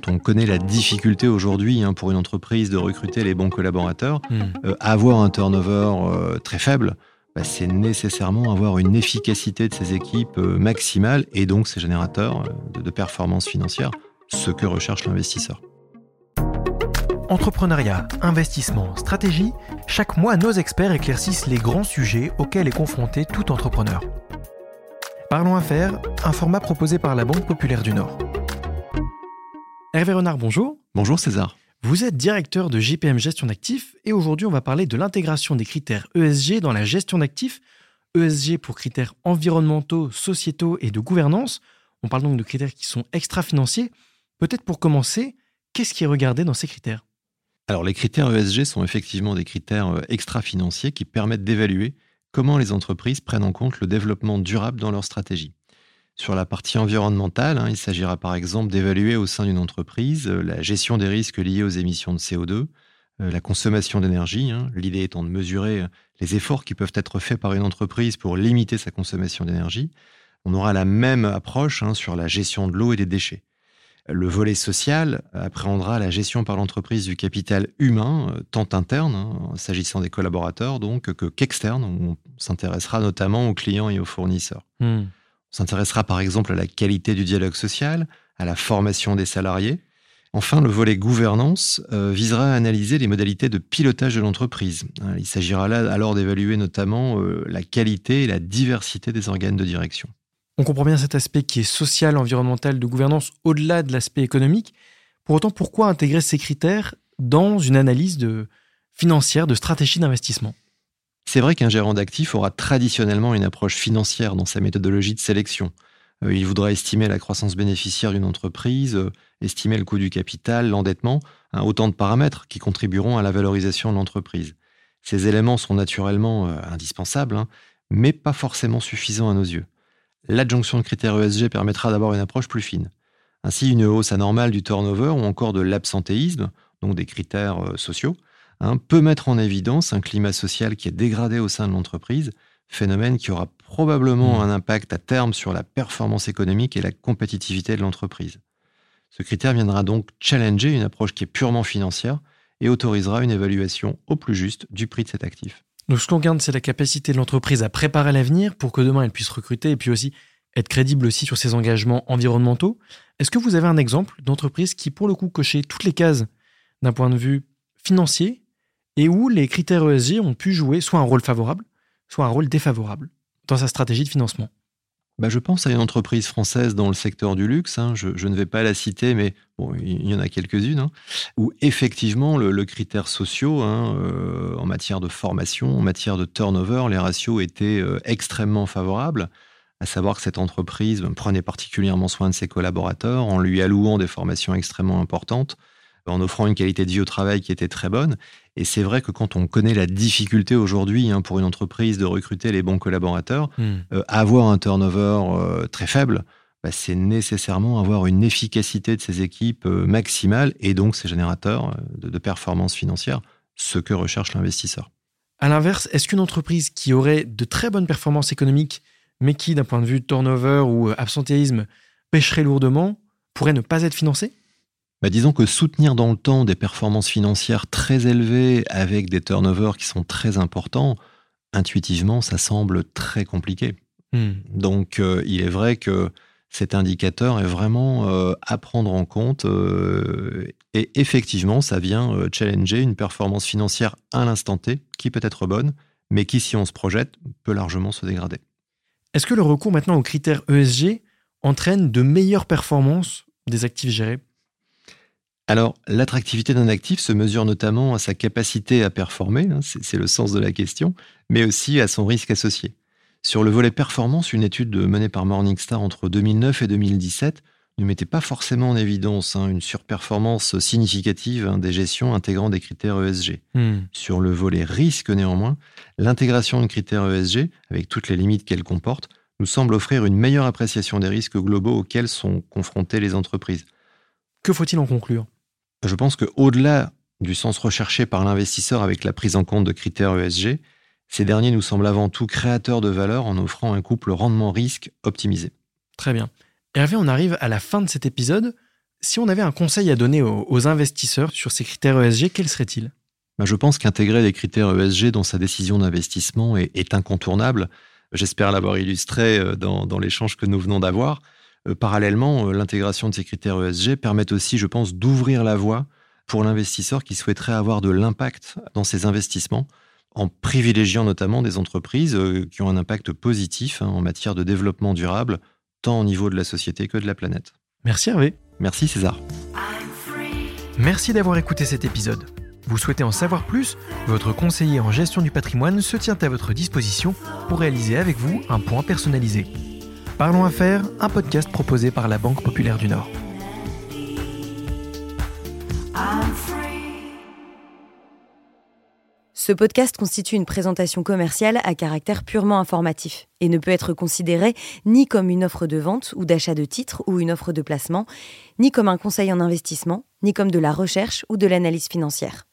quand on connaît la difficulté aujourd'hui pour une entreprise de recruter les bons collaborateurs, avoir un turnover très faible, c'est nécessairement avoir une efficacité de ses équipes maximale et donc c'est générateur de performances financières, ce que recherche l'investisseur. Entrepreneuriat, investissement, stratégie, chaque mois nos experts éclaircissent les grands sujets auxquels est confronté tout entrepreneur. Parlons Affaires, un format proposé par la Banque Populaire du Nord. Hervé Renard, bonjour. Bonjour César. Vous êtes directeur de JPM Gestion d'actifs et aujourd'hui on va parler de l'intégration des critères ESG dans la gestion d'actifs. ESG pour critères environnementaux, sociétaux et de gouvernance. On parle donc de critères qui sont extra-financiers. Peut-être pour commencer, qu'est-ce qui est regardé dans ces critères ? Alors les critères ESG sont effectivement des critères extra-financiers qui permettent d'évaluer comment les entreprises prennent en compte le développement durable dans leur stratégie. Sur la partie environnementale, il s'agira par exemple d'évaluer au sein d'une entreprise la gestion des risques liés aux émissions de CO2, la consommation d'énergie, l'idée étant de mesurer les efforts qui peuvent être faits par une entreprise pour limiter sa consommation d'énergie. On aura la même approche sur la gestion de l'eau et des déchets. Le volet social appréhendera la gestion par l'entreprise du capital humain, tant interne, s'agissant des collaborateurs, donc, qu'externe, où on s'intéressera notamment aux clients et aux fournisseurs. On s'intéressera par exemple à la qualité du dialogue social, à la formation des salariés. Enfin, le volet gouvernance visera à analyser les modalités de pilotage de l'entreprise. Il s'agira là alors d'évaluer notamment la qualité et la diversité des organes de direction. On comprend bien cet aspect qui est social, environnemental, de gouvernance, au-delà de l'aspect économique. Pour autant, pourquoi intégrer ces critères dans une analyse financière, de stratégie d'investissement ? C'est vrai qu'un gérant d'actifs aura traditionnellement une approche financière dans sa méthodologie de sélection. Il voudra estimer la croissance bénéficiaire d'une entreprise, estimer le coût du capital, l'endettement, autant de paramètres qui contribueront à la valorisation de l'entreprise. Ces éléments sont naturellement indispensables, mais pas forcément suffisants à nos yeux. L'adjonction de critères ESG permettra d'avoir une approche plus fine. Ainsi, une hausse anormale du turnover ou encore de l'absentéisme, donc des critères sociaux, peut mettre en évidence un climat social qui est dégradé au sein de l'entreprise, phénomène qui aura probablement un impact à terme sur la performance économique et la compétitivité de l'entreprise. Ce critère viendra donc challenger une approche qui est purement financière et autorisera une évaluation au plus juste du prix de cet actif. Donc ce qu'on regarde, c'est la capacité de l'entreprise à préparer l'avenir pour que demain elle puisse recruter et puis aussi être crédible aussi sur ses engagements environnementaux. Est-ce que vous avez un exemple d'entreprise qui, pour le coup, cochait toutes les cases d'un point de vue financier et où les critères ESG ont pu jouer soit un rôle favorable, soit un rôle défavorable dans sa stratégie de financement ? Je pense à une entreprise française dans le secteur du luxe, je ne vais pas la citer, mais il y en a quelques-unes, où effectivement le critère social, en matière de formation, en matière de turnover, les ratios étaient extrêmement favorables, à savoir que cette entreprise prenait particulièrement soin de ses collaborateurs en lui allouant des formations extrêmement importantes, en offrant une qualité de vie au travail qui était très bonne. Et c'est vrai que quand on connaît la difficulté aujourd'hui pour une entreprise de recruter les bons collaborateurs, avoir un turnover très faible, c'est nécessairement avoir une efficacité de ses équipes maximale et donc c'est générateur de performances financières, ce que recherche l'investisseur. À l'inverse, est-ce qu'une entreprise qui aurait de très bonnes performances économiques, mais qui, d'un point de vue turnover ou absentéisme, pêcherait lourdement, pourrait ne pas être financée ? Disons que soutenir dans le temps des performances financières très élevées avec des turnovers qui sont très importants, intuitivement, ça semble très compliqué. Donc, il est vrai que cet indicateur est vraiment à prendre en compte et effectivement, ça vient challenger une performance financière à l'instant T qui peut être bonne, mais qui, si on se projette, peut largement se dégrader. Est-ce que le recours maintenant aux critères ESG entraîne de meilleures performances des actifs gérés ? Alors, l'attractivité d'un actif se mesure notamment à sa capacité à performer, c'est le sens de la question, mais aussi à son risque associé. Sur le volet performance, une étude menée par Morningstar entre 2009 et 2017 ne mettait pas forcément en évidence une surperformance significative des gestions intégrant des critères ESG. Sur le volet risque, néanmoins, l'intégration de critères ESG, avec toutes les limites qu'elle comporte, nous semble offrir une meilleure appréciation des risques globaux auxquels sont confrontées les entreprises. Que faut-il en conclure ? Je pense qu'au-delà du sens recherché par l'investisseur avec la prise en compte de critères ESG, ces derniers nous semblent avant tout créateurs de valeur en offrant un couple rendement-risque optimisé. Très bien. Hervé, on arrive à la fin de cet épisode. Si on avait un conseil à donner aux investisseurs sur ces critères ESG, quel serait-il ? Je pense qu'intégrer les critères ESG dans sa décision d'investissement est incontournable. J'espère l'avoir illustré dans l'échange que nous venons d'avoir. Parallèlement, l'intégration de ces critères ESG permet aussi, je pense, d'ouvrir la voie pour l'investisseur qui souhaiterait avoir de l'impact dans ses investissements, en privilégiant notamment des entreprises qui ont un impact positif en matière de développement durable, tant au niveau de la société que de la planète. Merci Hervé. Merci César. Merci d'avoir écouté cet épisode. Vous souhaitez en savoir plus ? Votre conseiller en gestion du patrimoine se tient à votre disposition pour réaliser avec vous un point personnalisé. Parlons Affaires, un podcast proposé par la Banque Populaire du Nord. Ce podcast constitue une présentation commerciale à caractère purement informatif et ne peut être considéré ni comme une offre de vente ou d'achat de titres ou une offre de placement, ni comme un conseil en investissement, ni comme de la recherche ou de l'analyse financière.